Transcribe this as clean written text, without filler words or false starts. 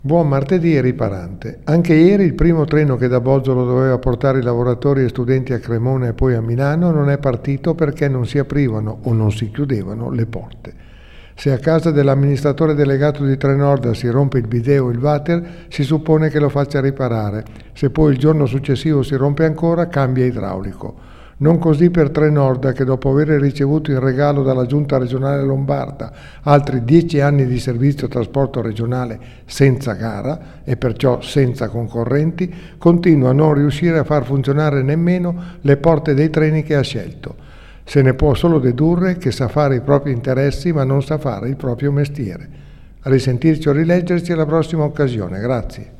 Buon martedì e riparante. Anche ieri il primo treno che da Bozzolo doveva portare i lavoratori e studenti a Cremona e poi a Milano non è partito perché non si aprivano o non si chiudevano le porte. Se a casa dell'amministratore delegato di Trenord si rompe il bidet o il water, si suppone che lo faccia riparare. Se poi il giorno successivo si rompe ancora, cambia idraulico. Non così per Trenord, che dopo aver ricevuto in regalo dalla Giunta regionale lombarda altri 10 anni di servizio trasporto regionale senza gara e perciò senza concorrenti, continua a non riuscire a far funzionare nemmeno le porte dei treni che ha scelto. Se ne può solo dedurre che sa fare i propri interessi ma non sa fare il proprio mestiere. A risentirci o rileggerci alla prossima occasione. Grazie.